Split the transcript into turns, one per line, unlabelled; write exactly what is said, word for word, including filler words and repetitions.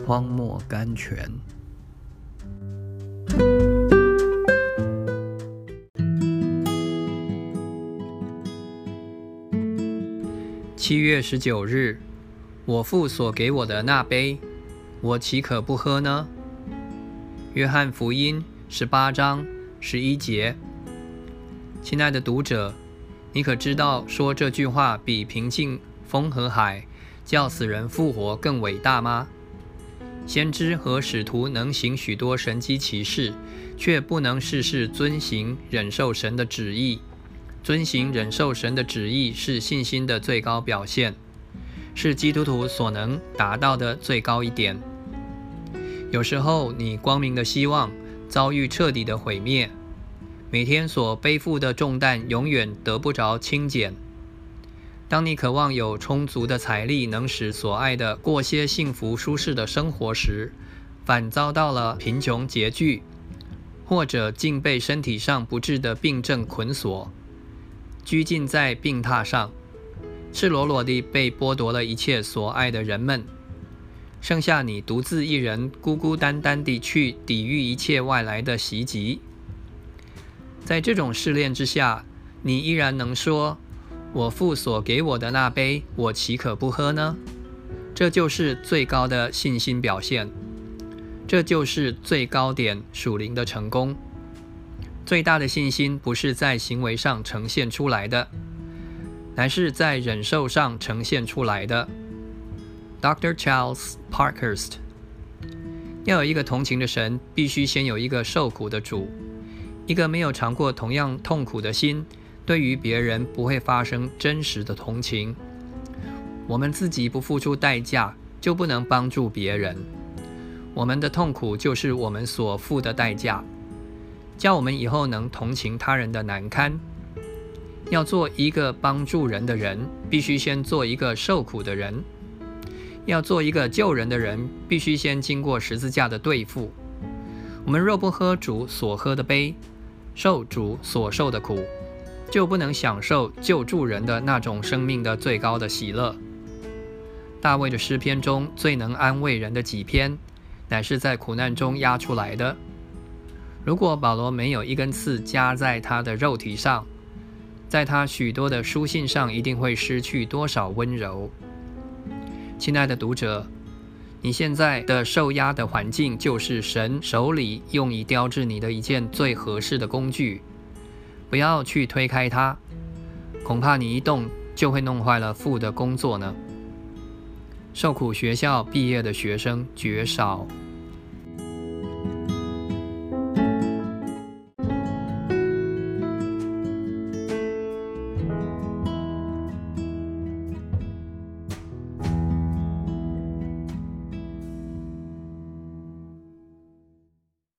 荒漠甘泉。七月十九日，我父所给我的那杯，我岂可不喝呢？约翰福音十八章十一节。亲爱的读者，你可知道说这句话比平静风和海，叫死人复活更伟大吗？先知和使徒能行许多神迹奇事，却不能事事遵行忍受神的旨意。遵行忍受神的旨意是信心的最高表现，是基督徒所能达到的最高一点。有时候你光明的希望遭遇彻底的毁灭，每天所背负的重担永远得不着轻减。当你渴望有充足的财力能使所爱的过些幸福舒适的生活时，反遭到了贫穷拮据，或者竟被身体上不治的病症捆锁，拘禁在病榻上，赤裸裸地被剥夺了一切所爱的人们，剩下你独自一人孤孤单单地去抵御一切外来的袭击。在这种试炼之下，你依然能说，我父所给我的那杯，我岂可不喝呢？这就是最高的信心表现，这就是最高点属灵的成功。最大的信心不是在行为上呈现出来的，乃是在忍受上呈现出来的。Doctor Charles Parkhurst。 要有一个同情的神，必须先有一个受苦的主。一个没有尝过同样痛苦的心，对于别人不会发生真实的同情。我们自己不付出代价，就不能帮助别人。我们的痛苦就是我们所付的代价，叫我们以后能同情他人的难堪。要做一个帮助人的人，必须先做一个受苦的人。要做一个救人的人，必须先经过十字架的对付。我们若不喝主所喝的杯，受主所受的苦，就不能享受救助人的那种生命的最高的喜乐。大卫的诗篇中最能安慰人的几篇，乃是在苦难中压出来的。如果保罗没有一根刺加在他的肉体上，在他许多的书信上一定会失去多少温柔。亲爱的读者，你现在的受压的环境，就是神手里用以雕制你的一件最合适的工具。不要去推开它，恐怕你一动就会弄坏了父的工作呢。受苦学校毕业的学生绝少。